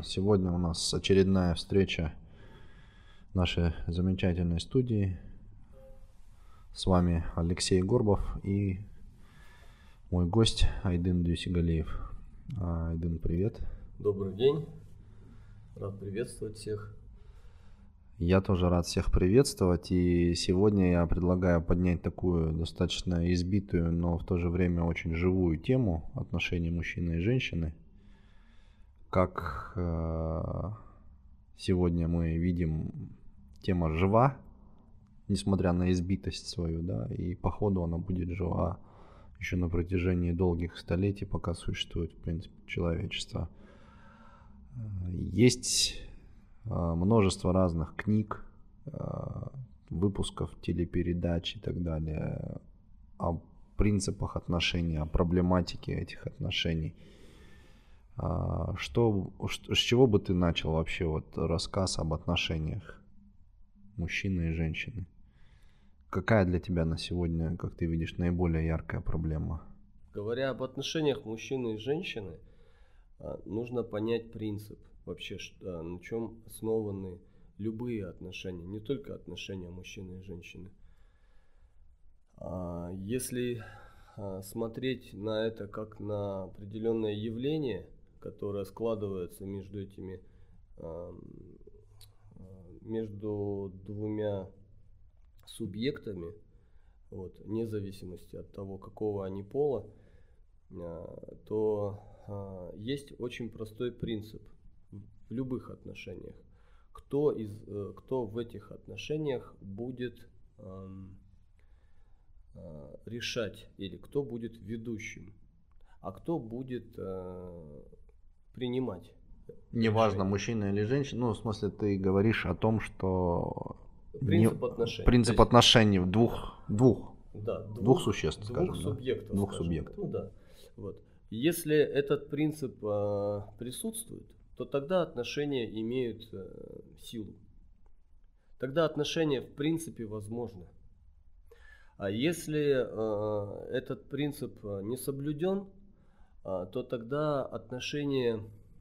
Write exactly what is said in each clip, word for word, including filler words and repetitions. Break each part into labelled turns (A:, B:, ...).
A: Сегодня у нас очередная встреча нашей замечательной студии. С вами Алексей Горбов и мой гость Айдын Дюсигалиев. Айдын, привет.
B: Добрый день. Рад приветствовать всех.
A: Я тоже рад всех приветствовать. И сегодня я предлагаю поднять такую достаточно избитую, но в то же время очень живую тему отношений мужчины и женщины. Как э, сегодня мы видим, тема жива, несмотря на избитость свою, да, и по ходу она будет жива еще на протяжении долгих столетий, пока существует, в принципе, человечество. Есть э, множество разных книг, э, выпусков, телепередач и так далее о принципах отношений, о проблематике этих отношений. Что, с чего бы ты начал вообще вот рассказ об отношениях мужчины и женщины? Какая для тебя на сегодня, как ты видишь, наиболее яркая проблема?
B: Говоря об отношениях мужчины и женщины, нужно понять принцип вообще, на чем основаны любые отношения, не только отношения мужчины и женщины. Если смотреть на это как на определенное явление, которая складывается между этими, между двумя субъектами, вот, вне зависимости от того, какого они пола, то есть очень простой принцип в любых отношениях. Кто, из, кто в этих отношениях будет решать или кто будет ведущим, а кто будет принимать.
A: Неважно, мужчина или женщина, ну, в смысле, ты говоришь о том, что
B: принцип
A: не...
B: отношений.
A: Принцип
B: есть...
A: отношений двух, двух,
B: да, двух,
A: двух существ,
B: двух
A: скажем,
B: субъектов.
A: Да? Двух
B: скажем.
A: субъектов.
B: Ну, да. Вот. Если этот принцип э, присутствует, то тогда отношения имеют э, силу. Тогда отношения в принципе возможны. А если э, этот принцип не соблюден, то тогда отношения,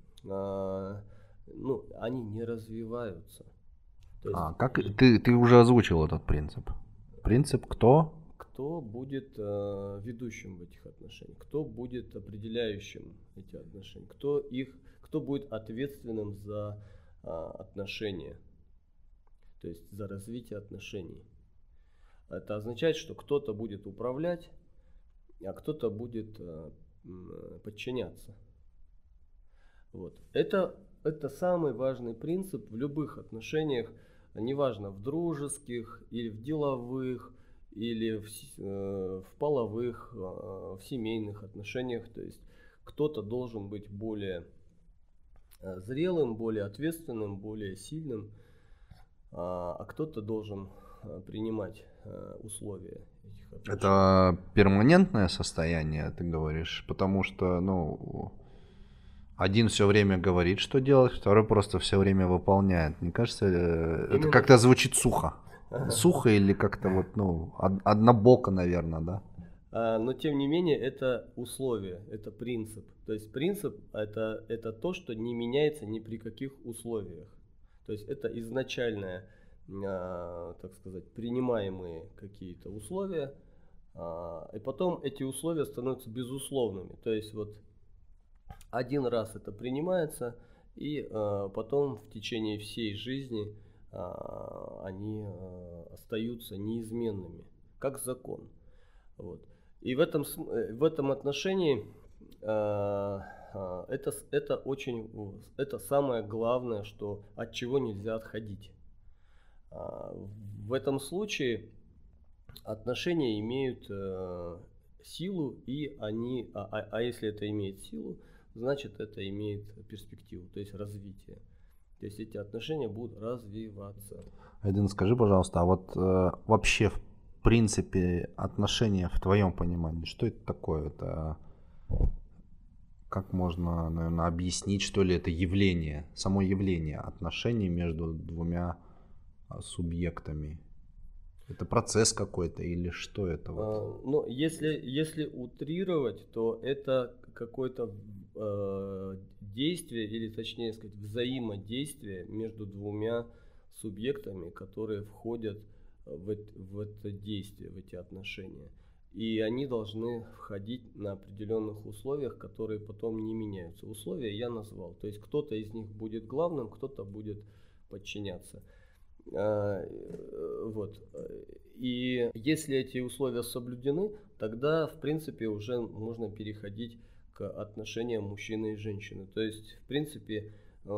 B: ну, они не развиваются.
A: То есть, а как ты, ты уже озвучил этот принцип? Принцип кто?
B: Кто будет э, ведущим в этих отношениях? Кто будет определяющим эти отношения? Кто их, кто будет ответственным за э, отношения? То есть за развитие отношений. Это означает, что кто-то будет управлять, а кто-то будет э, подчиняться. Вот. Это, это самый важный принцип в любых отношениях, неважно в дружеских или в деловых, или в, э, в половых, э, в семейных отношениях. То есть кто-то должен быть более э, зрелым, более ответственным, более сильным, э, а кто-то должен э, принимать э, условия.
A: Это перманентное состояние, ты говоришь, потому что, ну, один все время говорит, что делать, второй просто все время выполняет. Мне кажется, Именно... это как-то звучит сухо. Сухо или как-то вот, ну, однобоко, наверное, да?
B: А, но тем не менее, это условие, это принцип. То есть принцип это, это то, что не меняется ни при каких условиях. То есть это изначальное, а, так сказать, принимаемые какие-то условия, а, и потом эти условия становятся безусловными. То есть вот один раз это принимается, и а, потом в течение всей жизни а, они а, остаются неизменными, как закон. Вот. И в этом, в этом отношении а, а, это, это очень, это самое главное, что, от чего нельзя отходить. А, в этом случае отношения имеют а, силу, и они, а, а, а если это имеет силу, значит это имеет перспективу, то есть развитие. То есть эти отношения будут развиваться.
A: Айдын, скажи, пожалуйста, а вот э, вообще в принципе отношения в твоем понимании, что это такое? Это как можно, наверное, объяснить, что ли, это явление, само явление отношений между двумя субъектами? Это процесс какой-то или что это? Вот?
B: А, ну, если, если утрировать, то это какое-то э, действие, или точнее сказать, взаимодействие между двумя субъектами, которые входят в это, в это действие, в эти отношения. И они должны входить на определенных условиях, которые потом не меняются. Условия я назвал. То есть кто-то из них будет главным, кто-то будет подчиняться. Вот. И если эти условия соблюдены, тогда, в принципе, уже можно переходить к отношениям мужчины и женщины. То есть, в принципе,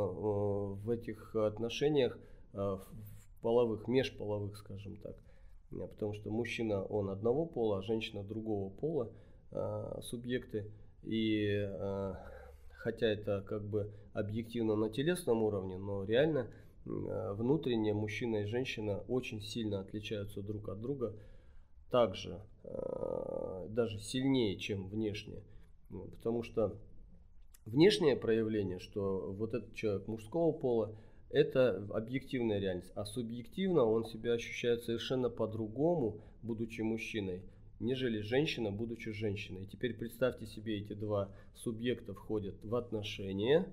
B: в этих отношениях, в половых, межполовых, скажем так, потому что мужчина, он одного пола, а женщина другого пола, субъекты. И хотя это как бы объективно на телесном уровне, но реально внутренне мужчина и женщина очень сильно отличаются друг от друга, также даже сильнее, чем внешне. Потому что внешнее проявление, что вот этот человек мужского пола, это объективная реальность, а субъективно он себя ощущает совершенно по-другому, будучи мужчиной, нежели женщина, будучи женщиной. И теперь представьте себе, эти два субъекта входят в отношения,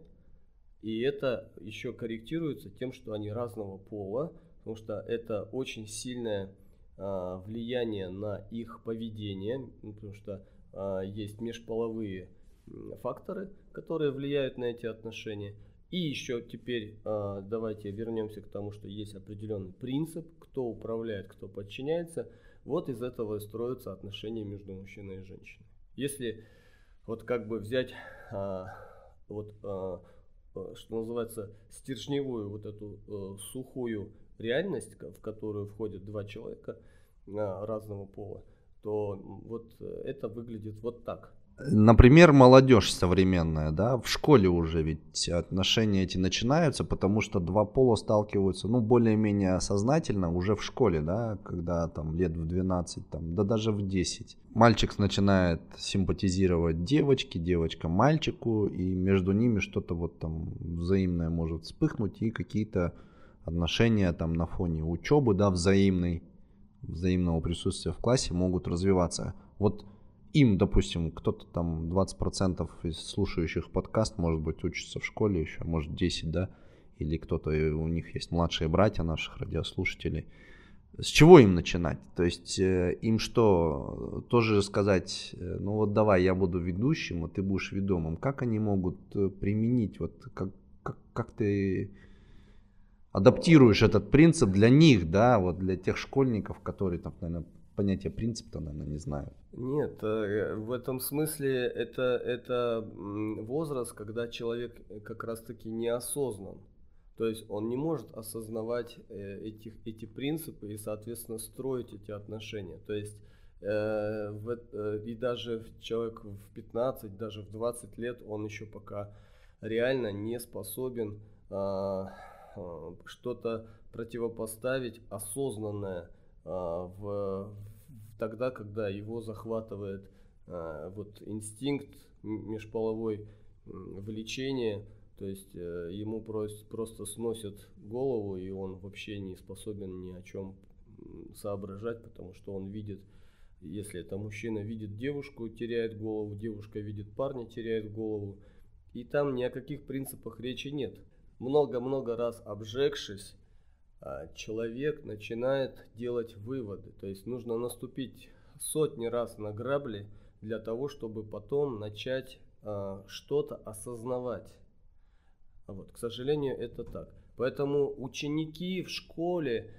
B: и это еще корректируется тем, что они разного пола, потому что это очень сильное а, влияние на их поведение, потому что а, есть межполовые факторы, которые влияют на эти отношения. И еще теперь а, давайте вернемся к тому, что есть определенный принцип, кто управляет, кто подчиняется. Вот из этого и строятся отношения между мужчиной и женщиной. Если вот как бы взять а, вот а, что называется, стержневую, вот эту э, сухую реальность, в которую входят два человека э, разного пола, то вот это выглядит вот так.
A: Например, молодежь современная, да, в школе уже ведь отношения эти начинаются, потому что два пола сталкиваются, ну, более-менее сознательно уже в школе, да, когда там лет в двенадцать, там, да даже в десять. Мальчик начинает симпатизировать девочке, девочка мальчику, и между ними что-то вот там взаимное может вспыхнуть, и какие-то отношения там на фоне учебы, да, взаимной, взаимного присутствия в классе могут развиваться. Вот им, допустим, кто-то там двадцать процентов из слушающих подкаст, может быть, учится в школе еще, может десять, да, или кто-то, у них есть младшие братья наших радиослушателей. С чего им начинать? То есть им что, тоже сказать, ну вот давай, я буду ведущим, а ты будешь ведомым. Как они могут применить, вот как, как, как ты адаптируешь этот принцип для них, да, вот для тех школьников, которые там, наверное, понятие принципа, наверное, не знаю.
B: Нет, в этом смысле это, это возраст, когда человек как раз-таки неосознан. То есть он не может осознавать эти, эти принципы и, соответственно, строить эти отношения. То есть э, в, и даже человек в пятнадцать, даже в двадцать лет, он еще пока реально не способен э, что-то противопоставить осознанное э, в тогда, когда его захватывает э, вот инстинкт, межполовой влечение, то есть э, ему просто, просто сносят голову, и он вообще не способен ни о чем соображать, потому что он видит, если это мужчина видит девушку, теряет голову, девушка видит парня, теряет голову, и там ни о каких принципах речи нет. Много-много раз обжегшись, человек начинает делать выводы. То есть нужно наступить сотни раз на грабли для того, чтобы потом начать а, что-то осознавать. Вот, к сожалению, это так. Поэтому ученики в школе,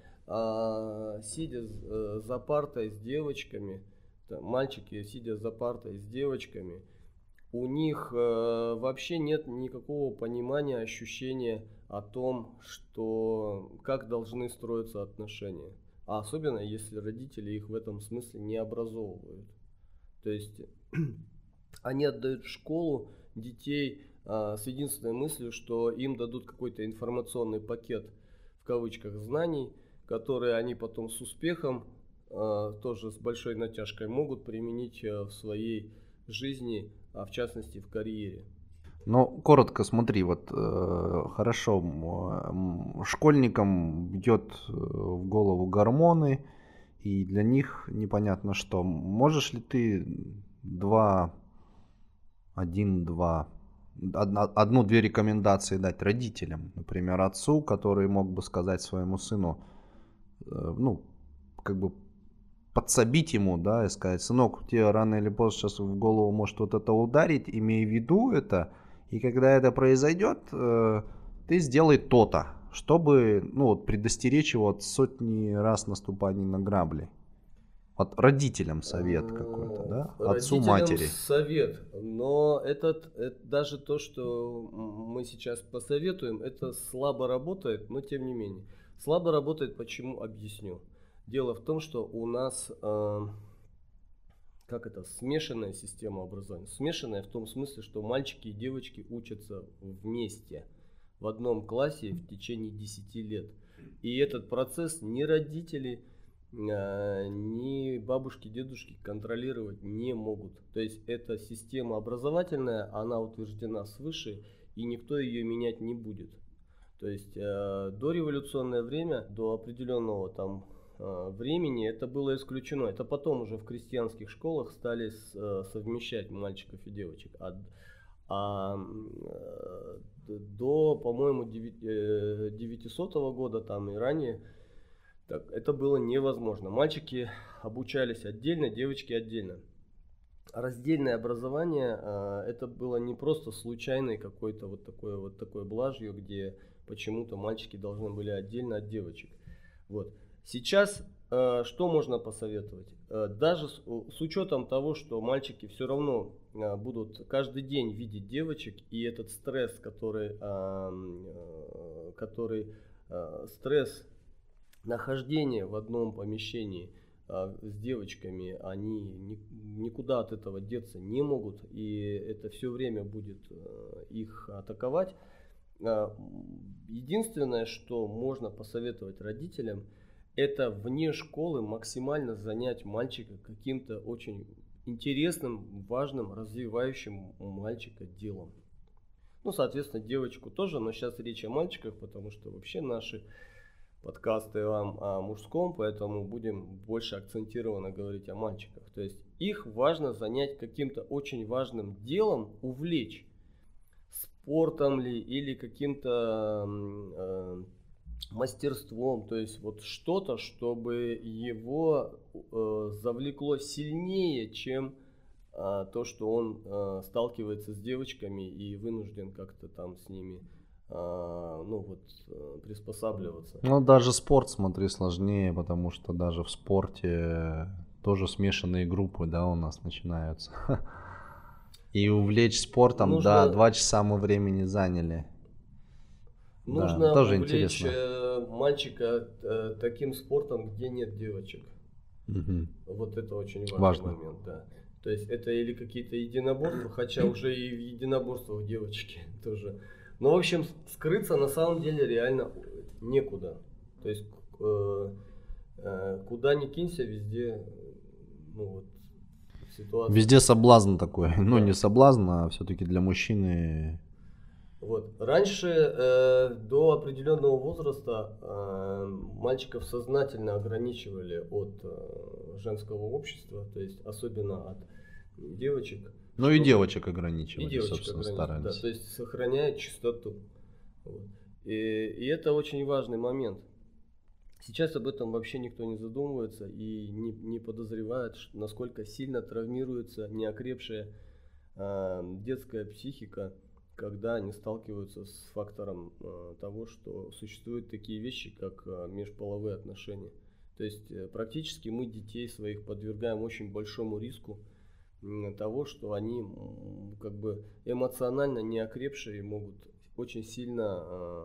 B: а, сидя за партой с девочками, там, мальчики, сидя за партой с девочками, у них э, вообще нет никакого понимания, ощущения о том, что как должны строиться отношения. А особенно, если родители их в этом смысле не образовывают. То есть они отдают в школу детей э, с единственной мыслью, что им дадут какой-то информационный пакет, в кавычках, знаний, которые они потом с успехом, э, тоже с большой натяжкой, могут применить э, в своей жизни, а в частности в карьере.
A: Ну, коротко смотри, вот э, хорошо, э, школьникам бьет в голову гормоны, и для них непонятно что. Можешь ли ты два один-два, одну-две рекомендации дать родителям, например, отцу, который мог бы сказать своему сыну, э, ну, как бы подсобить ему, да, и сказать: сынок, тебе рано или поздно сейчас в голову может вот это ударить, имей в виду это, и когда это произойдет, э, ты сделай то-то, чтобы, ну, вот, предостеречь его от сотни раз наступаний на грабли. Вот родителям совет какой-то, да? Отцу,
B: Родителям
A: матери.
B: совет, но этот, это, даже то, что мы сейчас посоветуем, это слабо работает, но тем не менее. Слабо работает, почему, объясню. Дело в том, что у нас, э, как это, смешанная система образования. Смешанная в том смысле, что мальчики и девочки учатся вместе, в одном классе в течение десяти лет. И этот процесс ни родители, ни бабушки, дедушки контролировать не могут. То есть эта система образовательная, она утверждена свыше, и никто ее менять не будет. То есть э, дореволюционное время, до определенного там э, времени это было исключено. Это потом уже в крестьянских школах стали с, э, совмещать мальчиков и девочек. А, а э, до, по-моему, девятисотого года там и ранее, так, это было невозможно. Мальчики обучались отдельно, девочки отдельно. Раздельное образование э, это было не просто случайной какой-то вот такой вот такой блажью, где почему-то мальчики должны были отдельно от девочек. Вот. Сейчас э, что можно посоветовать? Э, даже с, с учетом того, что мальчики все равно э, будут каждый день видеть девочек, и этот стресс, который, э, э, который э, стресс нахождение в одном помещении а, с девочками, они ни, никуда от этого деться не могут, и это все время будет а, их атаковать. А, единственное, что можно посоветовать родителям, это вне школы максимально занять мальчика каким-то очень интересным, важным, развивающим мальчика делом. Ну, соответственно, девочку тоже, но сейчас речь о мальчиках, потому что вообще наши подкасты вам о мужском, поэтому будем больше акцентированно говорить о мальчиках. То есть их важно занять каким-то очень важным делом, увлечь спортом ли или каким-то э, мастерством, то есть вот что-то, чтобы его э, завлекло сильнее, чем э, то, что он э, сталкивается с девочками и вынужден как-то там с ними ну вот приспосабливаться.
A: Ну даже спорт, смотри, сложнее, потому что даже в спорте тоже смешанные группы, да, у нас начинаются. И увлечь спортом, нужно, да, два часа мы времени заняли.
B: Нужно да, тоже увлечь интересно. Мальчика таким спортом, где нет девочек. Угу. Вот это очень важный Важно. момент, да. То есть это или какие-то единоборства, хотя уже и в единоборствах девочки тоже. Ну, в общем, скрыться на самом деле реально некуда. То есть, э, э, куда ни кинься, везде, ну, вот, ситуация.
A: Везде соблазн такой. Да. Ну, не соблазн, а все-таки для мужчины.
B: Вот. Раньше, э, до определенного возраста, э, мальчиков сознательно ограничивали от э, женского общества, то есть, особенно от девочек.
A: Ну и девочек ограничивали,
B: и девочек
A: собственно,
B: ограничивали,
A: старались.
B: Да, то есть сохраняя чистоту. Вот. И, и это очень важный момент. Сейчас об этом вообще никто не задумывается и не, не подозревает, насколько сильно травмируется неокрепшая э, детская психика, когда они сталкиваются с фактором э, того, что существуют такие вещи, как э, межполовые отношения. То есть э, практически мы детей своих подвергаем очень большому риску того, что они как бы эмоционально неокрепшие могут очень сильно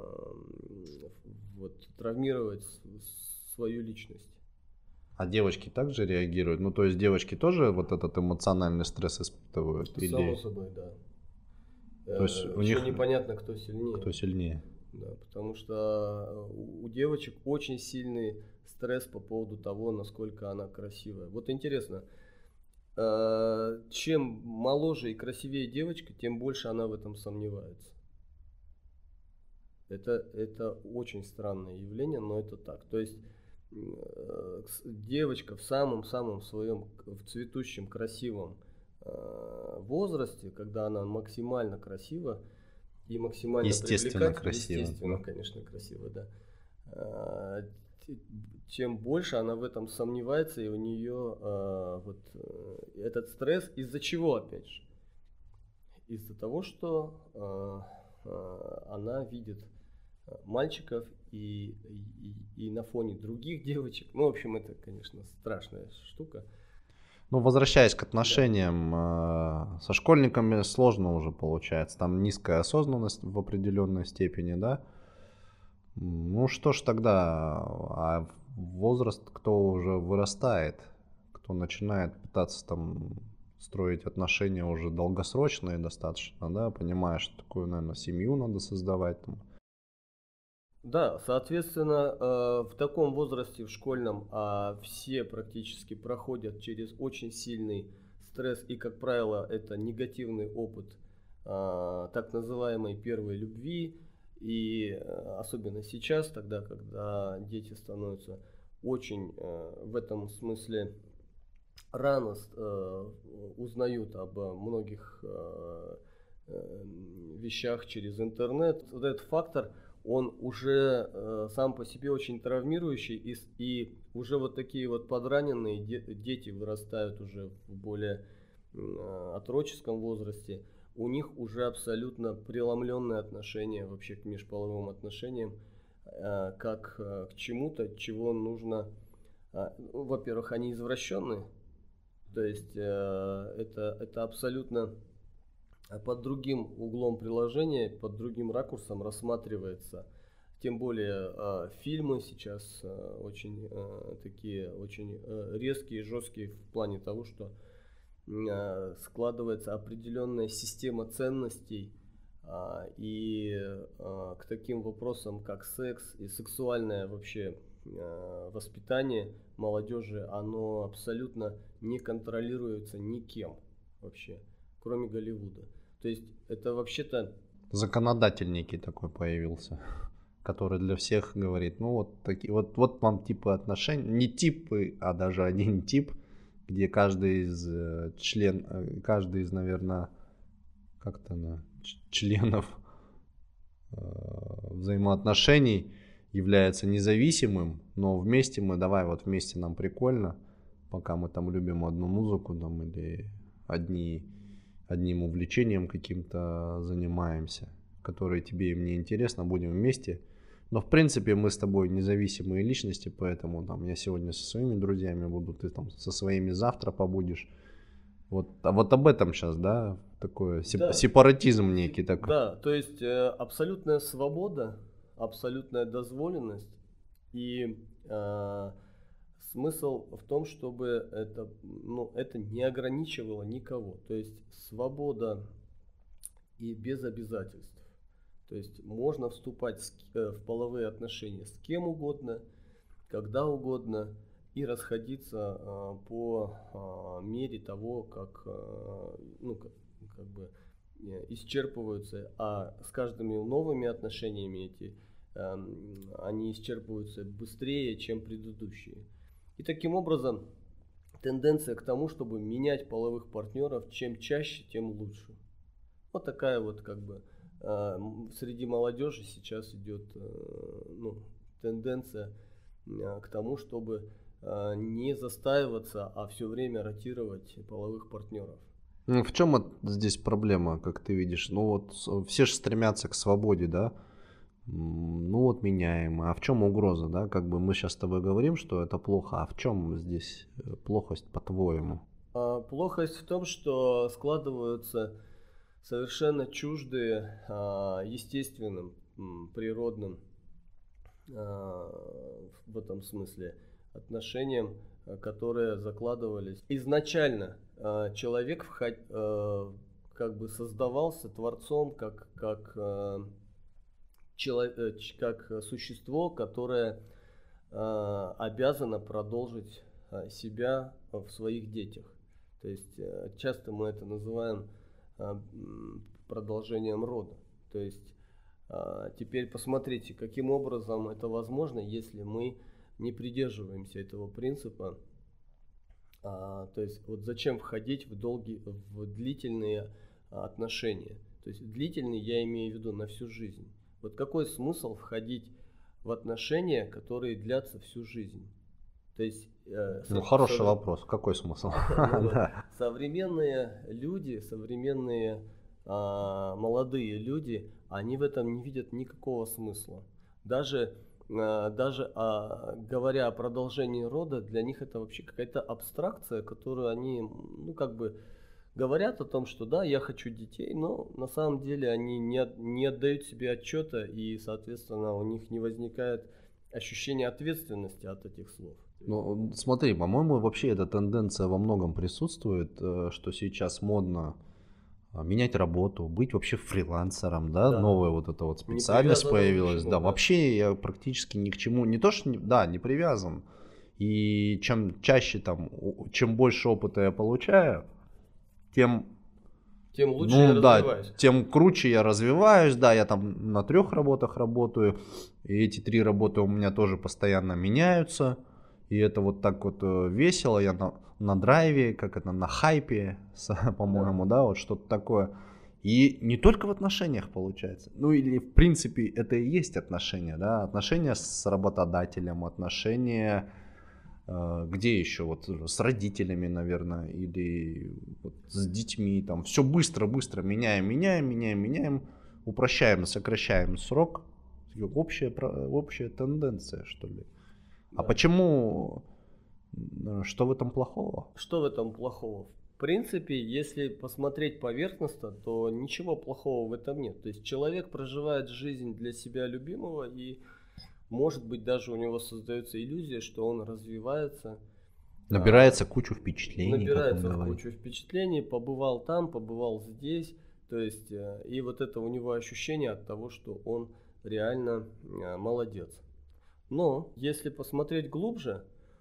B: э, вот, травмировать свою личность.
A: А девочки также реагируют? Ну, то есть девочки тоже вот этот эмоциональный стресс испытывают?
B: Само
A: или...
B: собой, да.
A: То есть
B: э,
A: у
B: Еще
A: них
B: непонятно, кто сильнее.
A: Кто сильнее.
B: Да, потому что у девочек очень сильный стресс по поводу того, насколько она красивая. Вот интересно, чем моложе и красивее девочка, тем больше она в этом сомневается. Это, это очень странное явление, но это так. То есть девочка в самом-самом своем, в цветущем, красивом возрасте, когда она максимально красива и максимально
A: естественно
B: привлекательна,
A: красиво.
B: естественно, конечно, красиво, да. Чем больше она в этом сомневается, и у нее вот этот стресс из-за чего, опять же? Из-за того, что она видит мальчиков и, и, и на фоне других девочек. Ну, в общем, это, конечно, страшная штука.
A: Ну, возвращаясь к отношениям, да. Со школьниками сложно уже получается. Там низкая осознанность в определенной степени, да? Ну что ж тогда, а возраст, кто уже вырастает, кто начинает пытаться там строить отношения уже долгосрочные достаточно, да, понимая, что такую, наверное, семью надо создавать там.
B: Да, соответственно, в таком возрасте, в школьном, все практически проходят через очень сильный стресс, и, как правило, это негативный опыт так называемой первой любви, и особенно сейчас, тогда, когда дети становятся очень в этом смысле рано узнают об многих вещах через интернет, вот этот фактор, он уже э, сам по себе очень травмирующий, и, и уже вот такие вот подраненные де, дети вырастают уже в более э, отроческом возрасте, у них уже абсолютно преломленное отношение вообще к межполовым отношениям, э, как э, к чему-то, чего нужно, э, ну, во-первых, они извращенные, то есть э, это, это абсолютно под другим углом приложения, под другим ракурсом рассматривается. Тем более э, фильмы сейчас э, очень э, такие, очень э, резкие, жесткие в плане того, что э, складывается определенная система ценностей, э, и э, к таким вопросам, как секс и сексуальное вообще э, воспитание молодежи, оно абсолютно не контролируется никем вообще, кроме Голливуда. То есть это вообще-то...
A: Законодатель некий такой появился, который для всех говорит, ну вот такие, вот, вот вам типы отношений, не типы, а даже один тип, где каждый из э, член, э, каждый из, наверное, как-то на членов э, взаимоотношений является независимым, но вместе мы, давай вот вместе нам прикольно, пока мы там любим одну музыку там или одни одним увлечением каким-то занимаемся, которое тебе и мне интересно, будем вместе. Но в принципе мы с тобой независимые личности, поэтому там я сегодня со своими друзьями буду, ты там со своими завтра побудешь. Вот, а вот об этом сейчас, да, такой
B: да.
A: сепаратизм некий такой.
B: Да, то есть э, абсолютная свобода, абсолютная дозволенность и э, смысл в том, чтобы это, ну, это не ограничивало никого. То есть свобода и без обязательств. То есть можно вступать с, э, в половые отношения с кем угодно, когда угодно и расходиться э, по э, мере того, как, э, ну, как, как бы исчерпываются, а с каждыми новыми отношениями эти э, они исчерпываются быстрее, чем предыдущие. И таким образом тенденция к тому, чтобы менять половых партнеров, чем чаще, тем лучше. Вот такая вот как бы э, среди молодежи сейчас идет э, ну, тенденция э, к тому, чтобы э, не застаиваться, а все время ротировать половых партнеров.
A: Ну, в чем здесь проблема, как ты видишь? Ну вот все же стремятся к свободе, да? Ну вот меняем. А в чем угроза, да? Как бы мы сейчас с тобой говорим, что это плохо. А в чем здесь плохость, по-твоему?
B: А, плохость в том, что складываются совершенно чуждые а, естественным, природным а, в этом смысле отношениям, которые закладывались изначально. А, человек вход, а, как бы создавался Творцом как как а, человек, как существо, которое э, обязано продолжить э, себя в своих детях. То есть э, часто мы это называем э, продолжением рода. То есть э, теперь посмотрите, каким образом это возможно, если мы не придерживаемся этого принципа А, то есть вот зачем входить в долгие, в длительные а, отношения? То есть длительные я имею в виду на всю жизнь. Вот какой смысл входить в отношения, которые длятся всю жизнь? То есть э,
A: Ну,
B: со-
A: хороший
B: совре-
A: вопрос. Какой смысл?
B: ну вот,
A: Да.
B: современные люди, современные а, молодые люди, они в этом не видят никакого смысла. Даже, а, даже а, говоря о продолжении рода, для них это вообще какая-то абстракция, которую они, ну, как бы говорят о том, что да, я хочу детей, но на самом деле они не, от- не отдают себе отчета, и, соответственно, у них не возникает ощущение ответственности от этих слов.
A: Ну, смотри, по-моему, вообще эта тенденция во многом присутствует, э, что сейчас модно а, менять работу, быть вообще фрилансером, да,
B: Да,
A: новая вот эта вот
B: не
A: специальность
B: привязанным ни к
A: появилась,
B: чему,
A: да,
B: да.
A: вообще я практически ни к чему, не то что, не- да, не привязан, и чем чаще там, у- чем больше опыта я получаю, тем,
B: Тем лучше я
A: ну да,
B: развиваюсь.
A: тем круче я развиваюсь, да, я там на трех работах работаю, и эти три работы у меня тоже постоянно меняются, и это вот так вот э, весело, я на, на драйве, как это, на хайпе, с- по-моему, да, вот что-то такое. И не только в отношениях получается, ну или в принципе это и есть отношения, да, отношения с работодателем, отношения э, где еще, вот с родителями, наверное, или вот с детьми, там все быстро-быстро меняем, меняем, меняем, меняем, упрощаем, сокращаем срок, общая, про- общая тенденция, что ли. А
B: Да.
A: почему, м, что в этом плохого?
B: Что в этом плохого? В принципе, если посмотреть поверхностно, то ничего плохого в этом нет. То есть человек проживает жизнь для себя любимого, и может быть даже у него создается иллюзия, что он развивается, а,
A: Набирается кучу впечатлений, как он
B: набирается
A: говорит.
B: кучу впечатлений, побывал там, побывал здесь. То есть, э, и вот это у него ощущение от того, что он реально э, молодец. Но если посмотреть глубже,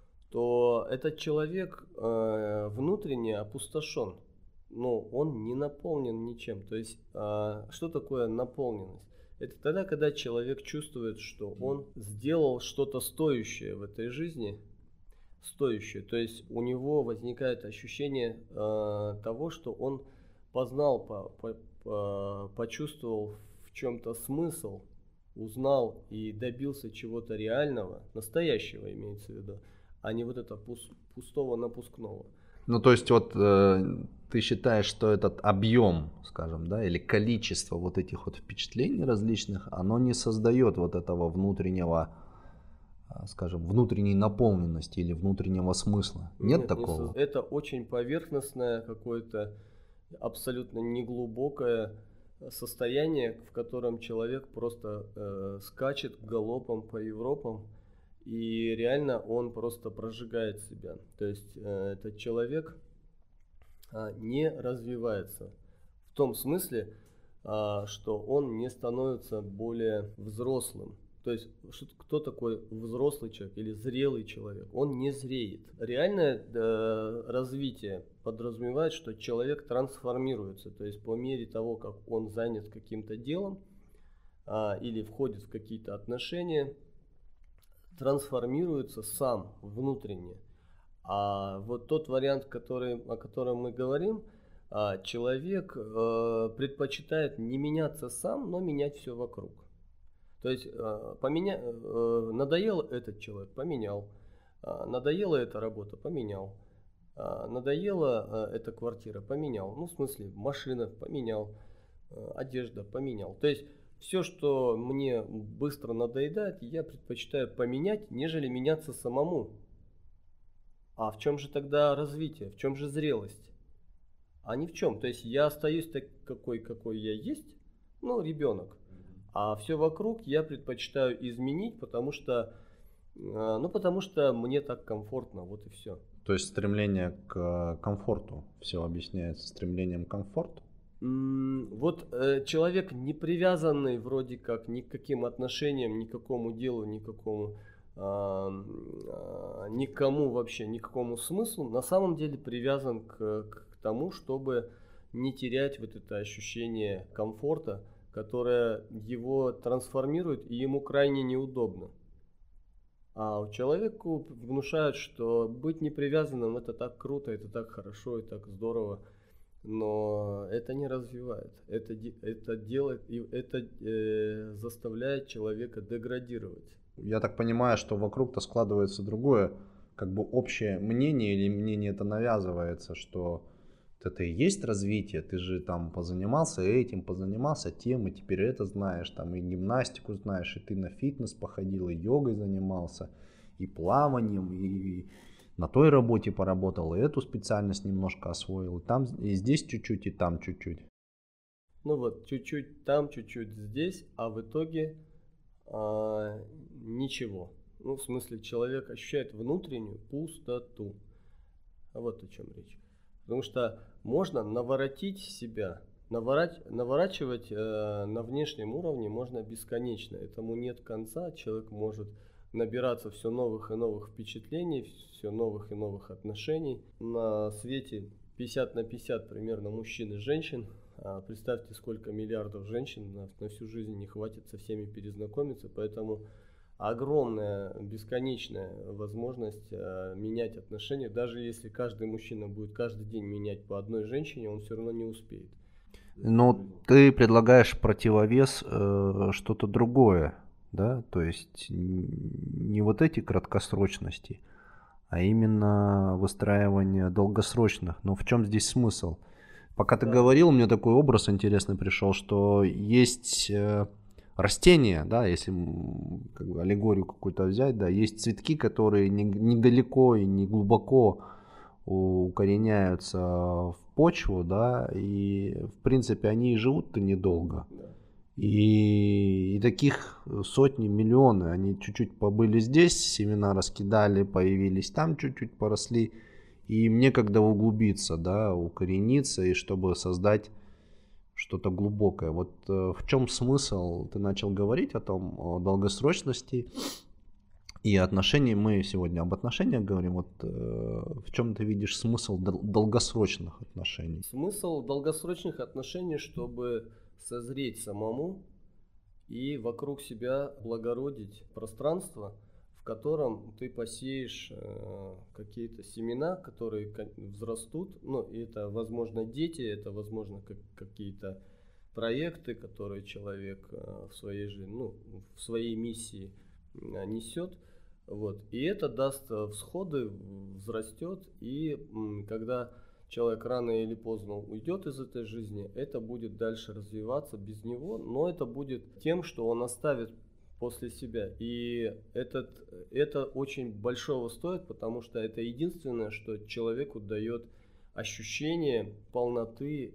B: то этот человек э, внутренне опустошен. Ну, он не наполнен ничем. То есть, а, что такое наполненность? Это тогда, когда человек чувствует, что он сделал что-то стоящее в этой жизни, стоящее. То есть у него возникает ощущение э, того, что он познал, по, по- по- почувствовал в чем-то смысл, узнал и добился чего-то реального, настоящего имеется в виду, а не вот это пус- пустого напускного.
A: Ну, то есть вот э, ты считаешь, что этот объем, скажем, да, или количество вот этих вот впечатлений различных, оно не создает вот этого внутреннего, а, скажем, внутренней наполненности или внутреннего смысла. Нет
B: Нет, не со-
A: такого?
B: это очень поверхностное какое-то абсолютно неглубокое состояние, в котором человек просто э, скачет галопом по Европам, и реально он просто прожигает себя. То есть э, этот человек а, не развивается в том смысле, а, что он не становится более взрослым. То есть, что- кто такой взрослый человек или зрелый человек? Он не зреет. Реальное э, развитие подразумевает, что человек трансформируется. То есть, по мере того, как он занят каким-то делом а, или входит в какие-то отношения, трансформируется сам внутренне. А вот тот вариант, который, о котором мы говорим, а, человек э, предпочитает не меняться сам, но менять все вокруг. То есть э, поменя... э, надоел этот человек, поменял. А, надоела эта работа, поменял. А, надоела э, эта квартира, поменял. Ну, в смысле, машина, поменял. Э, одежда, поменял. То есть все, что мне быстро надоедает, я предпочитаю поменять, нежели меняться самому. А в чем же тогда развитие? В чем же зрелость? А ни в чем. То есть я остаюсь такой, какой я есть, ну, ребенок. А все вокруг я предпочитаю изменить, потому что, э, ну, потому что мне так комфортно, вот и все.
A: То есть стремление к комфорту все объясняется стремлением к комфорту?
B: Вот э, человек не привязанный вроде как ни к каким отношениям, ни к какому делу, ни к какому, а, а, никому вообще, ни к какому смыслу, на самом деле привязан к, к тому, чтобы не терять вот это ощущение комфорта, которое его трансформирует и ему крайне неудобно. А человеку внушают, что быть непривязанным это так круто, это так хорошо и так здорово. Но это не развивает, это, это делает, и это э, заставляет человека деградировать.
A: Я так понимаю, что вокруг-то складывается другое, как бы общее мнение, или мнение это навязывается, что это и есть развитие, ты же там позанимался этим, позанимался тем, и теперь это знаешь, там и гимнастику знаешь, и ты на фитнес походил, и йогой занимался, и плаванием, и на той работе поработал, и эту специальность немножко освоил, и там, и здесь чуть-чуть, и там чуть-чуть.
B: Ну вот, чуть-чуть там, чуть-чуть здесь, а в итоге а, ничего. Ну, в смысле, человек ощущает внутреннюю пустоту. А вот о чем речь. Потому что можно наворотить себя, наворать, наворачивать э, на внешнем уровне можно бесконечно. Этому нет конца, человек может набираться все новых и новых впечатлений, все новых и новых отношений. На свете пятьдесят на пятьдесят примерно мужчин и женщин. А представьте, сколько миллиардов женщин, на, на всю жизнь не хватит со всеми перезнакомиться, поэтому огромная, бесконечная возможность а, менять отношения. Даже если каждый мужчина будет каждый день менять по одной женщине, он все равно не успеет.
A: Но ты предлагаешь противовес э, что-то другое. Да, то есть не вот эти краткосрочности, а именно выстраивание долгосрочных. Но в чем здесь смысл? Пока ты да. говорил, мне такой образ интересный пришел, что есть э, растения, да, если как бы аллегорию какую-то взять, да, есть цветки, которые не, недалеко и не глубоко укореняются в почву, да, и в принципе они и живут-то недолго. Да. И, и таких сотни, миллионы. Они чуть-чуть побыли здесь, семена раскидали, появились там, чуть-чуть поросли. И им некогда углубиться, да, укорениться, и чтобы создать что-то глубокое. Вот э, в чем смысл? Ты начал говорить о том, о долгосрочности и отношении. Мы сегодня об отношениях говорим. Вот э, в чем ты видишь смысл дол- долгосрочных отношений?
B: Смысл долгосрочных отношений, чтобы созреть самому и вокруг себя благородить пространство, в котором ты посеешь э, какие-то семена, которые взрастут. Ну, и это, возможно, дети, это, возможно, как, какие-то проекты, которые человек э, в своей жизни, ну, в своей миссии э, несет. Вот. И это даст всходы, взрастет, и м, когда человек рано или поздно уйдет из этой жизни, это будет дальше развиваться без него, но это будет тем, что он оставит после себя. И этот, это очень большого стоит, потому что это единственное, что человеку дает ощущение полноты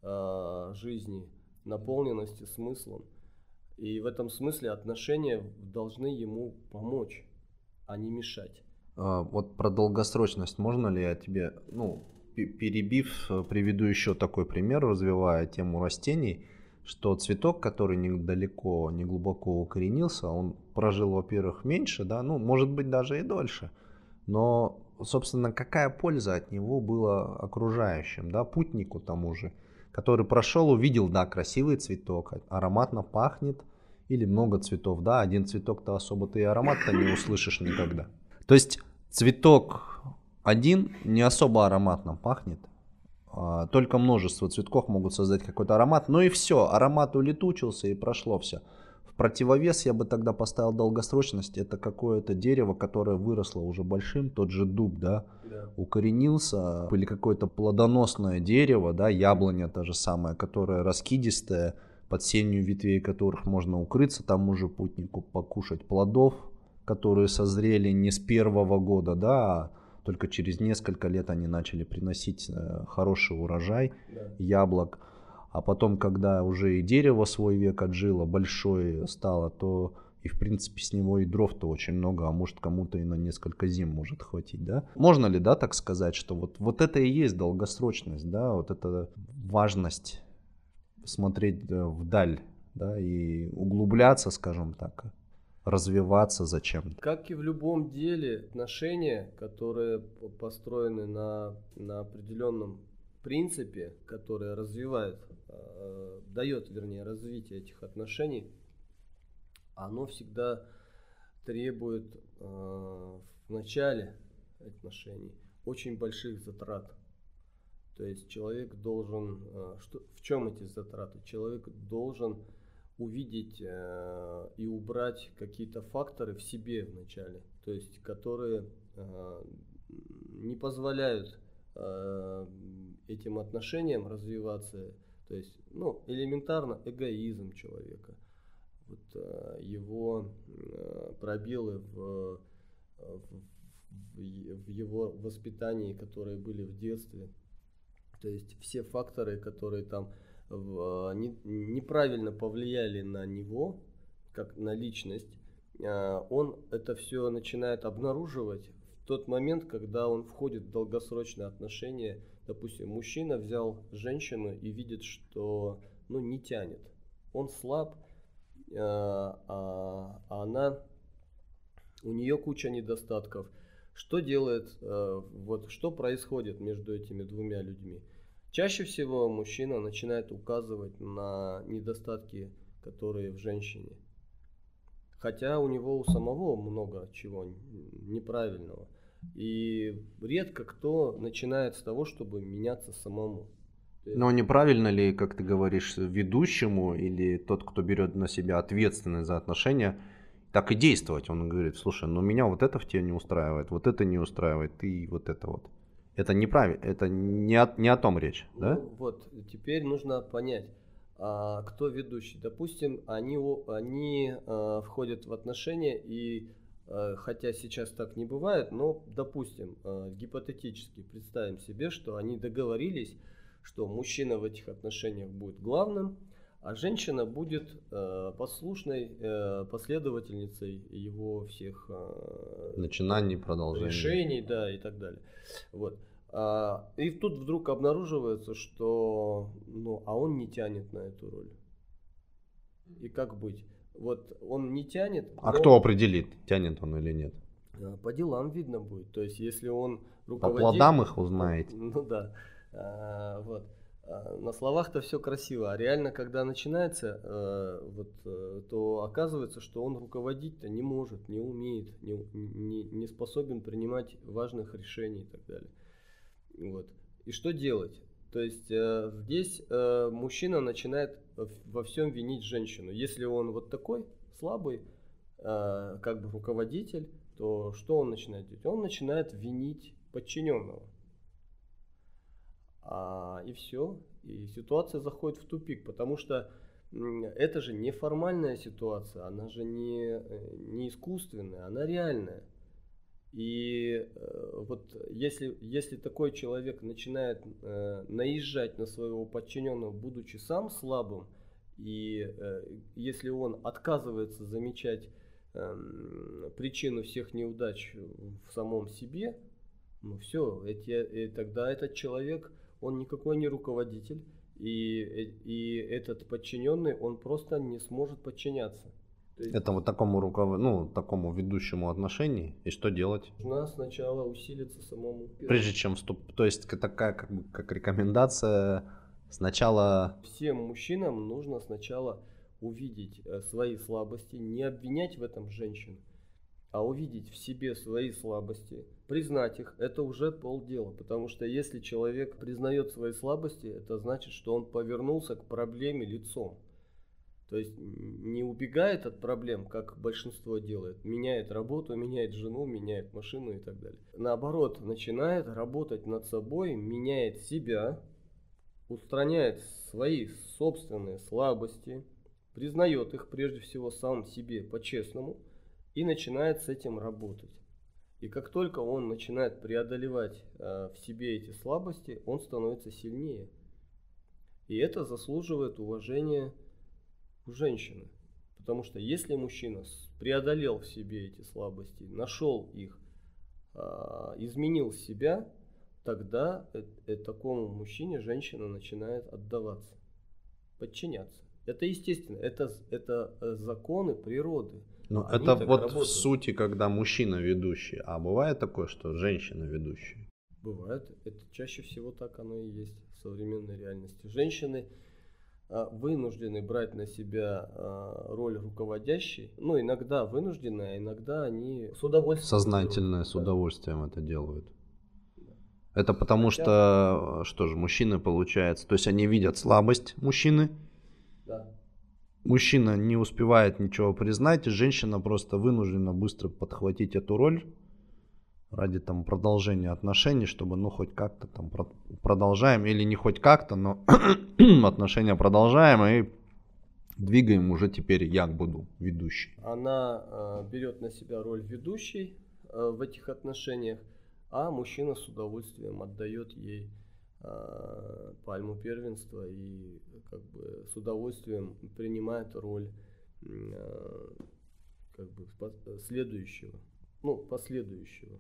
B: э, жизни, наполненности смыслом. И в этом смысле отношения должны ему помочь, а не мешать.
A: А, вот про долгосрочность можно ли я тебе, ну, перебив, приведу еще такой пример, развивая тему растений, что цветок, который недалеко, не глубоко укоренился, он прожил, во-первых, меньше, да, ну, может быть, даже и дольше, но, собственно, какая польза от него была окружающим, да, путнику тому же, который прошел, увидел, да, красивый цветок, ароматно пахнет, или много цветов, да, один цветок-то особо ты и аромат-то не услышишь никогда. То есть цветок один не особо ароматно пахнет, только множество цветков могут создать какой-то аромат, но и все, аромат улетучился и прошло все. В противовес я бы тогда поставил долгосрочность, это какое-то дерево, которое выросло уже большим, тот же дуб, да, да. укоренился, или какое-то плодоносное дерево, да, яблоня та же самая, которая раскидистая, под сенью ветвей которых можно укрыться, тому же путнику покушать плодов, которые созрели не с первого года, да, а только через несколько лет они начали приносить хороший урожай да. яблок. А потом, когда уже и дерево свой век отжило, большое стало, то и в принципе с него и дров-то очень много, а может кому-то и на несколько зим может хватить, да? Можно ли, да, так сказать, что вот, вот это и есть долгосрочность, да, вот эта важность смотреть вдаль, да, и углубляться, скажем так, развиваться зачем-то.
B: Как и в любом деле, отношения, которые построены на, на определенном принципе, который развивает, э, дает, вернее, развитие этих отношений, оно всегда требует э, в начале отношений очень больших затрат. То есть человек должен, э, что, в чем эти затраты? Человек должен увидеть э, и убрать какие-то факторы в себе вначале, то есть которые э, не позволяют э, этим отношениям развиваться. То есть, ну, элементарно эгоизм человека, вот, э, его э, пробелы в, в, в его воспитании, которые были в детстве. То есть все факторы, которые там в, не, неправильно повлияли на него, как на личность, э, он это все начинает обнаруживать в тот момент, когда он входит в долгосрочные отношения. Допустим, мужчина взял женщину и видит, что ну, не тянет. Он слаб, э, а, а она, у нее куча недостатков. Что делает, э, вот что происходит между этими двумя людьми? Чаще всего мужчина начинает указывать на недостатки, которые в женщине. Хотя у него у самого много чего неправильного. И редко кто начинает с того, чтобы меняться самому.
A: Но неправильно ли, как ты говоришь, ведущему или тот, кто берет на себя ответственность за отношения, так и действовать? Он говорит: слушай, ну меня вот это в тебе не устраивает, вот это не устраивает, и вот это вот. Это неправильно, это не о, не о том речь,
B: ну,
A: да?
B: Вот, теперь нужно понять, а, кто ведущий. Допустим, они, они а, входят в отношения и... Хотя сейчас так не бывает, но, допустим, гипотетически представим себе, что они договорились, что мужчина в этих отношениях будет главным, а женщина будет послушной последовательницей его всех
A: начинаний, продолжений,
B: решений, да, и так далее. Вот. И тут вдруг обнаруживается, что ну, а он не тянет на эту роль. И как быть? Вот он не тянет.
A: А кто определит, тянет он или нет?
B: По делам видно будет. То есть, если он
A: руководитель... По плодам их узнаете.
B: Ну да. А, вот. А, на словах-то все красиво, а реально, когда начинается, а, вот, то оказывается, что он руководить-то не может, не умеет, не, не, не способен принимать важных решений и так далее. Вот. И что делать? То есть э, здесь э, мужчина начинает во всем винить женщину. Если он вот такой слабый, э, как бы руководитель, то что он начинает делать? Он начинает винить подчиненного. А, и все. И ситуация заходит в тупик, потому что это же не формальная ситуация, она же не, не искусственная, она реальная. И э, вот если, если такой человек начинает э, наезжать на своего подчиненного, будучи сам слабым, и э, если он отказывается замечать э, причину всех неудач в самом себе, ну все, эти, и тогда этот человек, он никакой не руководитель, и, и этот подчиненный, он просто не сможет подчиняться.
A: Это вот такому руков... ну, такому ведущему отношений. И что делать?
B: Нужно сначала усилиться самому.
A: Прежде чем вступ... То есть такая как бы как рекомендация сначала...
B: Всем мужчинам нужно сначала увидеть свои слабости, не обвинять в этом женщин, а увидеть в себе свои слабости, признать их. Это уже полдела. Потому что если человек признает свои слабости, это значит, что он повернулся к проблеме лицом. То есть не убегает от проблем, как большинство делает, меняет работу, меняет жену, меняет машину и так далее. Наоборот, начинает работать над собой, меняет себя, устраняет свои собственные слабости, признает их прежде всего сам себе по-честному и начинает с этим работать. И как только он начинает преодолевать э, в себе эти слабости, он становится сильнее. И это заслуживает уважения у женщины. Потому что если мужчина преодолел в себе эти слабости, нашел их, изменил себя, тогда такому мужчине женщина начинает отдаваться, подчиняться. Это естественно, это, это законы природы.
A: Но это вот работают. В сути, когда мужчина ведущий, а бывает такое, что женщина ведущая?
B: Бывает, это чаще всего так оно и есть в современной реальности. Женщины вынуждены брать на себя роль руководящей. Ну, иногда вынуждены, а иногда они с удовольствием.
A: Сознательно, с удовольствием это делают. Это потому Хотя... что, что же, мужчины, получается, то есть они видят слабость мужчины.
B: Да.
A: Мужчина не успевает ничего признать, и женщина просто вынуждена быстро подхватить эту роль ради там продолжения отношений, чтобы ну хоть как-то там продолжаем, или не хоть как-то, но отношения продолжаем и двигаем уже теперь я буду ведущей.
B: Она э, берет на себя роль ведущей э, в этих отношениях, а мужчина с удовольствием отдает ей э, пальму первенства и как бы с удовольствием принимает роль э, как бы следующего, ну последующего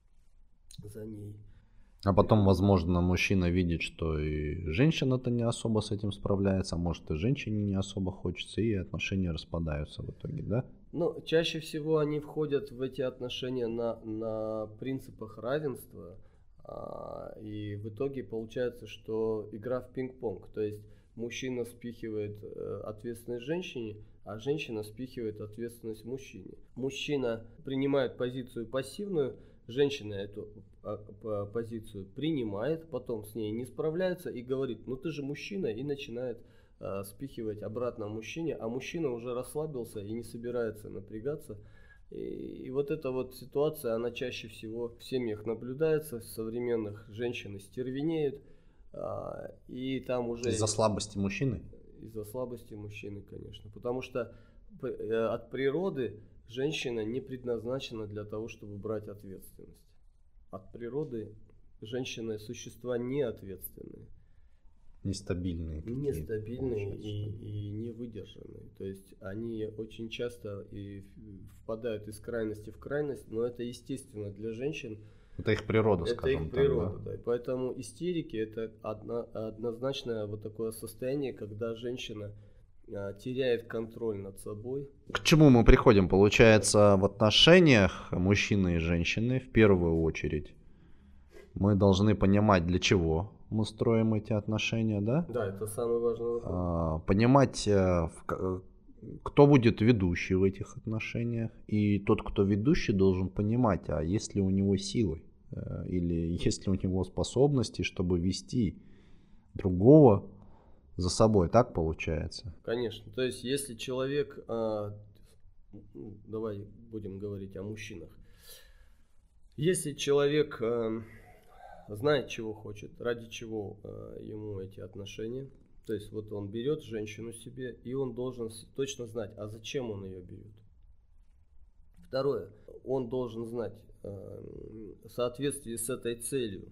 B: за ней.
A: А потом, возможно, мужчина видит, что и женщина-то не особо с этим справляется, а может и женщине не особо хочется, и отношения распадаются в итоге, да?
B: Ну, чаще всего они входят в эти отношения на, на принципах равенства, а, и в итоге получается, что игра в пинг-понг, то есть мужчина спихивает э, ответственность женщине, а женщина спихивает ответственность мужчине. Мужчина принимает позицию пассивную, женщина эту позицию принимает, потом с ней не справляется и говорит, ну ты же мужчина, и начинает э, спихивать обратно мужчине, а мужчина уже расслабился и не собирается напрягаться. И, и вот эта вот ситуация, она чаще всего в семьях наблюдается, современных женщин стервенеют, э, и там уже...
A: Из-за слабости мужчины?
B: Из-за слабости мужчины, конечно, потому что э, от природы женщина не предназначена для того, чтобы брать ответственность. От природы женщины существа неответственные.
A: Нестабильные.
B: Нестабильные и, и не выдержанные. То есть они очень часто и впадают из крайности в крайность, но это естественно для женщин.
A: Это их природа,
B: это
A: скажем
B: их природа,
A: так.
B: Да. Да. Поэтому истерики это одно, однозначно вот такое состояние, когда женщина теряет контроль над собой.
A: К чему мы приходим? Получается, в отношениях мужчины и женщины в первую очередь мы должны понимать, для чего мы строим эти отношения, да?
B: Да, это самый важный вопрос.
A: А, понимать, кто будет ведущий в этих отношениях. И тот, кто ведущий, должен понимать, а есть ли у него силы или есть ли у него способности, чтобы вести другого за собой, так получается?
B: Конечно. То есть, если человек, а, давай будем говорить о мужчинах, если человек а, знает, чего хочет, ради чего а, ему эти отношения, то есть вот он берет женщину себе, и он должен точно знать, а зачем он ее берет. Второе, он должен знать а, в соответствии с этой целью,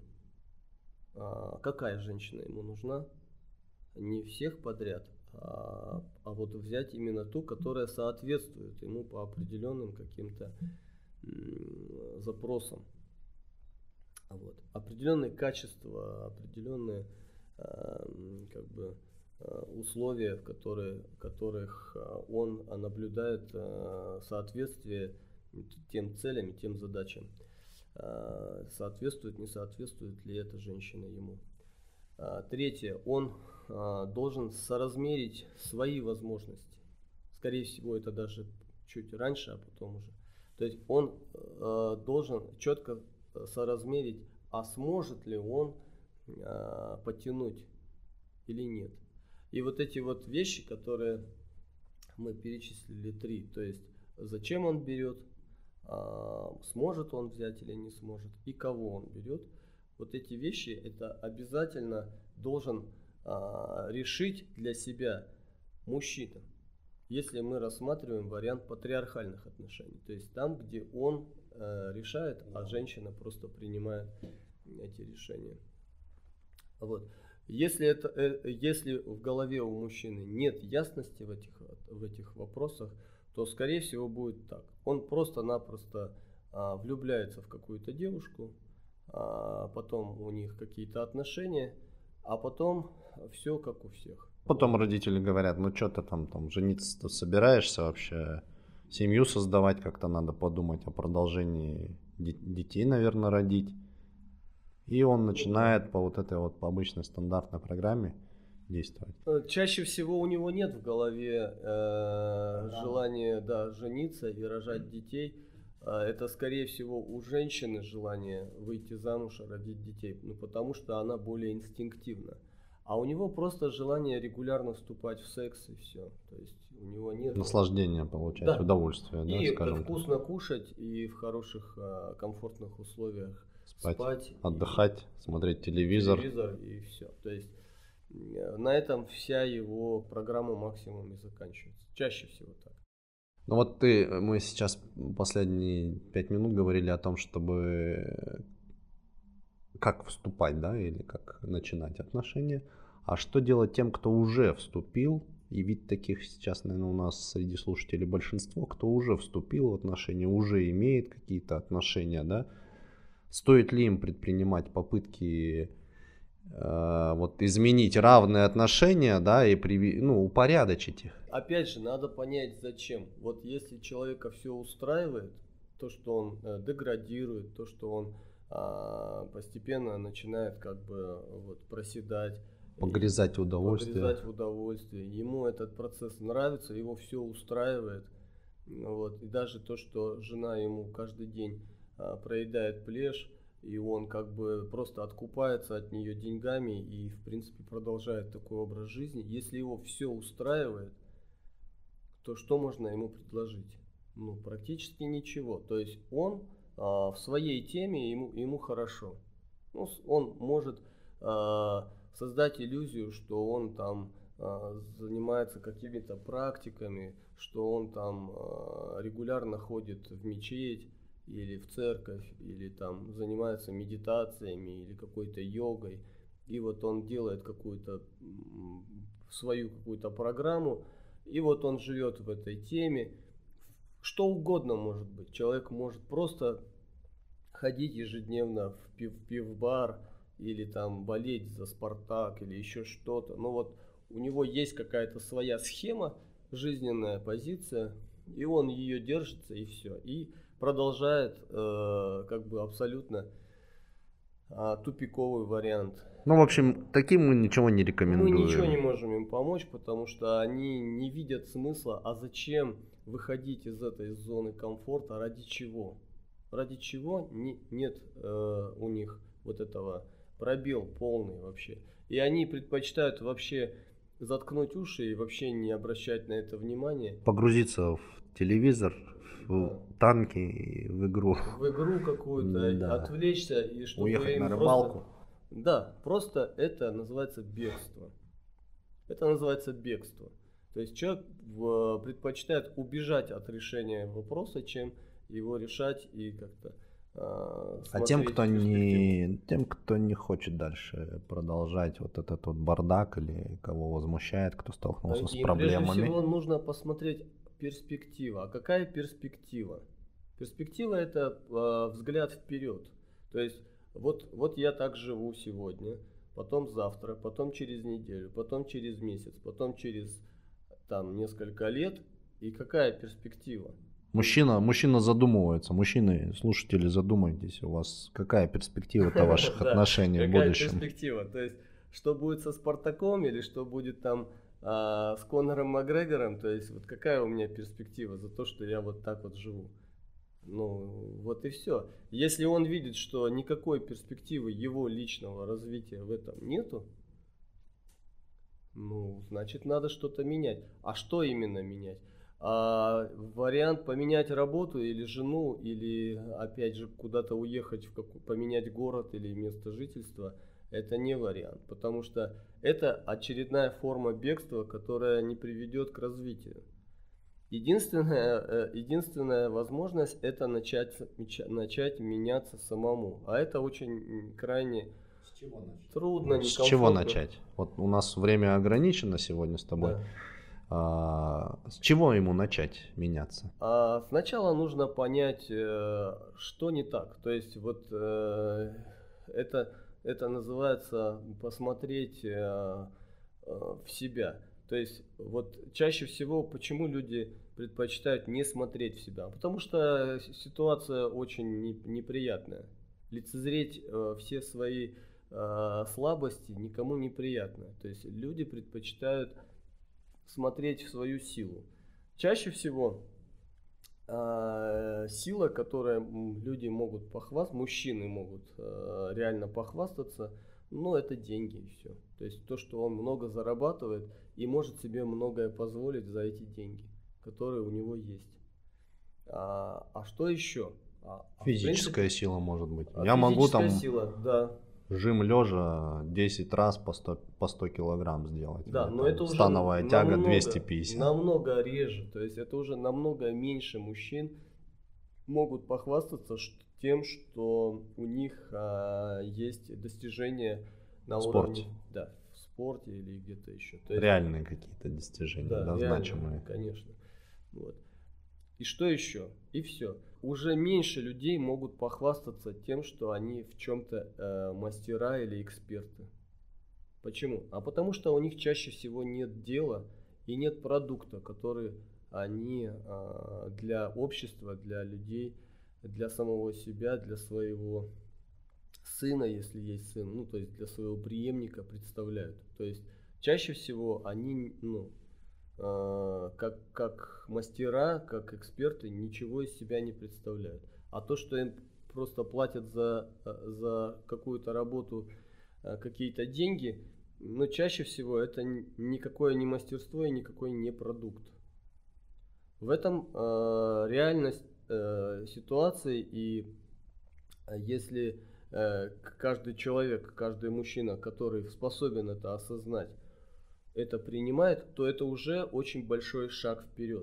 B: а, какая женщина ему нужна. Не всех подряд, а, а вот взять именно ту, которая соответствует ему по определенным каким-то м, запросам. Вот. Определенные качества, определенные а, как бы, а, условия, в, которые, в которых он наблюдает а, соответствие тем целям и тем задачам. А, соответствует, не соответствует ли эта женщина ему. А, третье, он должен соразмерить свои возможности. Скорее всего, это даже чуть раньше, а потом уже. То есть он э, должен четко соразмерить, а сможет ли он э, потянуть или нет. И вот эти вот вещи, которые мы перечислили, три, то есть зачем он берет, э, сможет он взять или не сможет, и кого он берет. Вот эти вещи, это обязательно должен решить для себя мужчина, если мы рассматриваем вариант патриархальных отношений, то есть там, где он э, решает, а женщина просто принимает эти решения. Вот. Если, это, э, если в голове у мужчины нет ясности в этих, в этих вопросах, то скорее всего будет так. Он просто-напросто э, влюбляется в какую-то девушку, э, потом у них какие-то отношения, а потом все как у всех.
A: Потом родители говорят, ну что ты там, там жениться-то собираешься вообще, семью создавать как-то надо подумать о продолжении детей, наверное, родить. И он начинает по вот этой вот по обычной стандартной программе действовать?
B: Чаще всего у него нет в голове э, желания, да, жениться и рожать детей. Это, скорее всего, у женщины желание выйти замуж и родить детей, ну, потому что она более инстинктивна. А у него просто желание регулярно вступать в секс и все. То есть у него нет...
A: Наслаждение получать, да. Удовольствие, да,
B: и
A: скажем
B: вкусно
A: так.
B: кушать, и в хороших, комфортных условиях
A: спать,
B: спать
A: отдыхать,
B: и,
A: смотреть телевизор.
B: Телевизор и все. То есть на этом вся его программа максимум и заканчивается. Чаще всего так.
A: Ну вот ты, мы сейчас последние пять минут говорили о том, чтобы как вступать, да, или как начинать отношения. А что делать тем, кто уже вступил? И ведь таких сейчас, наверное, у нас среди слушателей большинство, кто уже вступил в отношения, уже имеет какие-то отношения, да? Стоит ли им предпринимать попытки э, вот изменить равные отношения, да, и при, ну, упорядочить их?
B: Опять же, надо понять, зачем. Вот если человека все устраивает, то, что он э, деградирует, то, что он э, постепенно начинает как бы вот проседать,
A: погрязать в удовольствии.
B: Погрязать в удовольствии. Ему этот процесс нравится, его все устраивает. Вот. И даже то, что жена ему каждый день а, проедает плешь, и он как бы просто откупается от нее деньгами и в принципе продолжает такой образ жизни. Если его все устраивает, то что можно ему предложить? Ну, практически ничего. То есть он а, в своей теме, ему, ему хорошо. Ну, он может а, создать иллюзию, что он там а, занимается какими-то практиками, что он там а, регулярно ходит в мечеть или в церковь, или там занимается медитациями или какой-то йогой. И вот он делает какую-то свою какую-то программу, и вот он живет в этой теме. Что угодно может быть. Человек может просто ходить ежедневно в пив, пив-бар, или там болеть за Спартак, или еще что-то. Но вот у него есть какая-то своя схема, жизненная позиция, и он ее держится, и все. И продолжает э, как бы абсолютно э, тупиковый вариант.
A: Ну, в общем, таким мы ничего не рекомендуем.
B: Мы ничего не можем им помочь, потому что они не видят смысла. А зачем выходить из этой зоны комфорта? Ради чего? Ради чего не, нет э, у них вот этого пробел полный вообще. И они предпочитают вообще заткнуть уши и вообще не обращать на это внимания.
A: Погрузиться в телевизор, в да. танки, в игру.
B: В игру какую-то, да. Отвлечься и чтобы
A: уехать
B: им
A: на рыбалку.
B: Просто... Да, просто это называется бегство. Это называется бегство. То есть человек предпочитает убежать от решения вопроса, чем его решать и как-то э,
A: а тем кто не тем кто не хочет дальше продолжать вот этот вот бардак или кого возмущает, кто столкнулся и с проблемами.
B: Прежде всего нужно посмотреть перспектива. А какая перспектива? Перспектива — это э, взгляд вперед. То есть вот вот я так живу сегодня, потом завтра, потом через неделю, потом через месяц, потом через там несколько лет. И какая перспектива?
A: Мужчина, мужчина задумывается. Мужчины, слушатели, задумайтесь, у вас какая перспектива-то ваших отношений в будущем?
B: Какая перспектива? То есть, что будет со Спартаком или что будет там а, с Конором Макгрегором? То есть, вот какая у меня перспектива за то, что я вот так вот живу? Ну, вот и все. Если он видит, что никакой перспективы его личного развития в этом нету, ну, значит, надо что-то менять. А что именно менять? А вариант поменять работу или жену, или опять же куда-то уехать, в какой, поменять город или место жительства, это не вариант, потому что это очередная форма бегства, которая не приведет к развитию. Единственная, единственная возможность — это начать, начать меняться самому, а это очень крайне
A: с чего начать?
B: трудно, некомфортно.
A: С чего начать? Вот у нас время ограничено сегодня с тобой. Да. А, с чего ему начать меняться?
B: А, сначала нужно понять, что не так. То есть вот это, это называется посмотреть в себя. То есть вот чаще всего почему люди предпочитают не смотреть в себя? Потому что ситуация очень неприятная. Лицезреть все свои э, слабости никому не приятно. То есть люди предпочитают смотреть в свою силу. Чаще всего э, сила, которой люди могут похвастаться, мужчины могут э, реально похвастаться, ну, это деньги и все. То есть то, что он много зарабатывает и может себе многое позволить за эти деньги, которые у него есть. А, а что еще? А,
A: Физическая
B: принципе,
A: сила может быть.
B: а
A: Я могу там
B: сила, да.
A: жим лежа десять раз по сто, по сто килограмм сделать.
B: Да,
A: Или
B: но
A: там
B: это уже
A: становая тяга
B: намного,
A: двести пятьдесят.
B: намного реже. То есть это уже намного меньше мужчин могут похвастаться тем, что у них а, есть достижения на
A: спорте.
B: уровне, да, в спорте или где-то еще. То есть,
A: реальные какие-то достижения,
B: да,
A: да,
B: реально,
A: значимые.
B: конечно. Вот. И что еще? И все. Уже меньше людей могут похвастаться тем, что они в чем-то э, мастера или эксперты. Почему? А потому что у них чаще всего нет дела и нет продукта, который они э, для общества, для людей, для самого себя, для своего сына, если есть сын, ну то есть для своего преемника представляют. То есть чаще всего они, ну, э, как, как мастера, как эксперты ничего из себя не представляют. А то, что им просто платят за, за какую-то работу э, какие-то деньги, но чаще всего это никакое не мастерство и никакой не продукт. В этом э, реальность э, ситуации, и если э, каждый человек, каждый мужчина, который способен это осознать, это принимает, то это уже очень большой шаг вперед.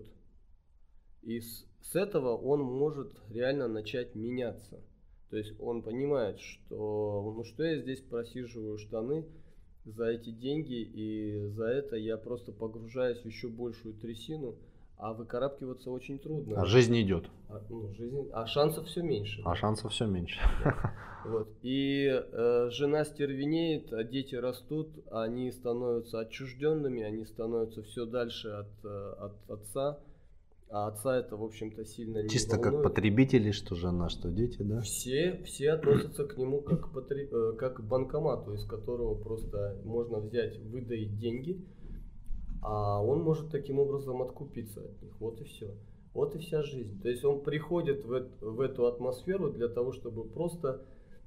B: И с, с этого он может реально начать меняться. То есть он понимает, что ну что я здесь просиживаю штаны за эти деньги, и за это я просто погружаюсь в еще большую трясину, а выкарабкиваться очень трудно.
A: А жизнь идет.
B: А, ну, жизнь, а шансов все меньше.
A: А шансов все меньше.
B: Вот. И э, жена стервенеет, а дети растут, они становятся отчужденными, они становятся все дальше от, от отца. А отца это, в общем-то, сильно не
A: Чисто
B: волнует.
A: как потребители, что жена, что дети, да?
B: Все, все относятся к нему как, потреб... как к банкомату, из которого просто можно взять, выдаить деньги, а он может таким образом откупиться от них. Вот и все. Вот и вся жизнь. То есть он приходит в, это, в эту атмосферу для того, чтобы просто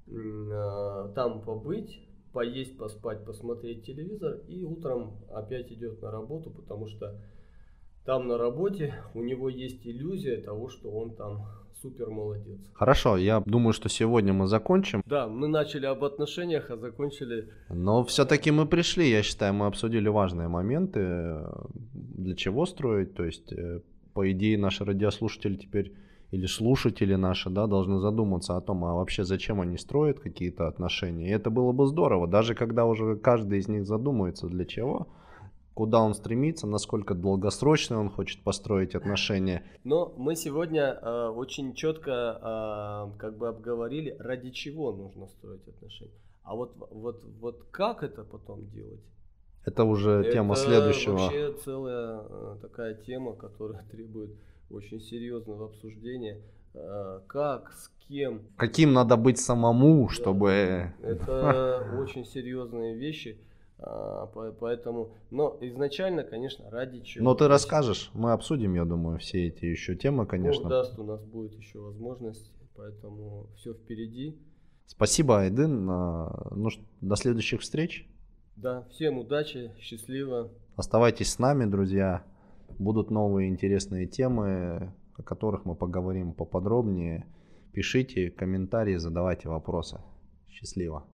B: э, там побыть, поесть, поспать, посмотреть телевизор, и утром опять идет на работу, потому что там на работе у него есть иллюзия того, что он там супер молодец.
A: Хорошо, я думаю, что сегодня мы закончим.
B: Да, мы начали об отношениях, а закончили...
A: Но все-таки мы пришли, я считаю, мы обсудили важные моменты, для чего строить. То есть, по идее, наши радиослушатели теперь, или слушатели наши, да, должны задуматься о том, а вообще зачем они строят какие-то отношения. И это было бы здорово, даже когда уже каждый из них задумается, для чего, куда он стремится, насколько долгосрочно он хочет построить отношения.
B: Но мы сегодня э, очень четко э, как бы обговорили, ради чего нужно строить отношения. А вот, вот, вот как это потом делать?
A: Это уже
B: это
A: тема следующего.
B: Это вообще целая э, такая тема, которая требует очень серьезного обсуждения. Э, как, с кем.
A: Каким надо быть самому,
B: Да,
A: чтобы...
B: Это очень серьезные вещи. Поэтому, но изначально, конечно, ради чего.
A: Но ты расскажешь, мы обсудим, я думаю, все эти еще темы, конечно.
B: Бог даст, у нас будет еще возможность, поэтому все впереди.
A: Спасибо, Айдын. Ну, до следующих встреч.
B: Да, всем удачи, счастливо.
A: Оставайтесь с нами, друзья. Будут новые интересные темы, о которых мы поговорим поподробнее. Пишите комментарии, задавайте вопросы. Счастливо.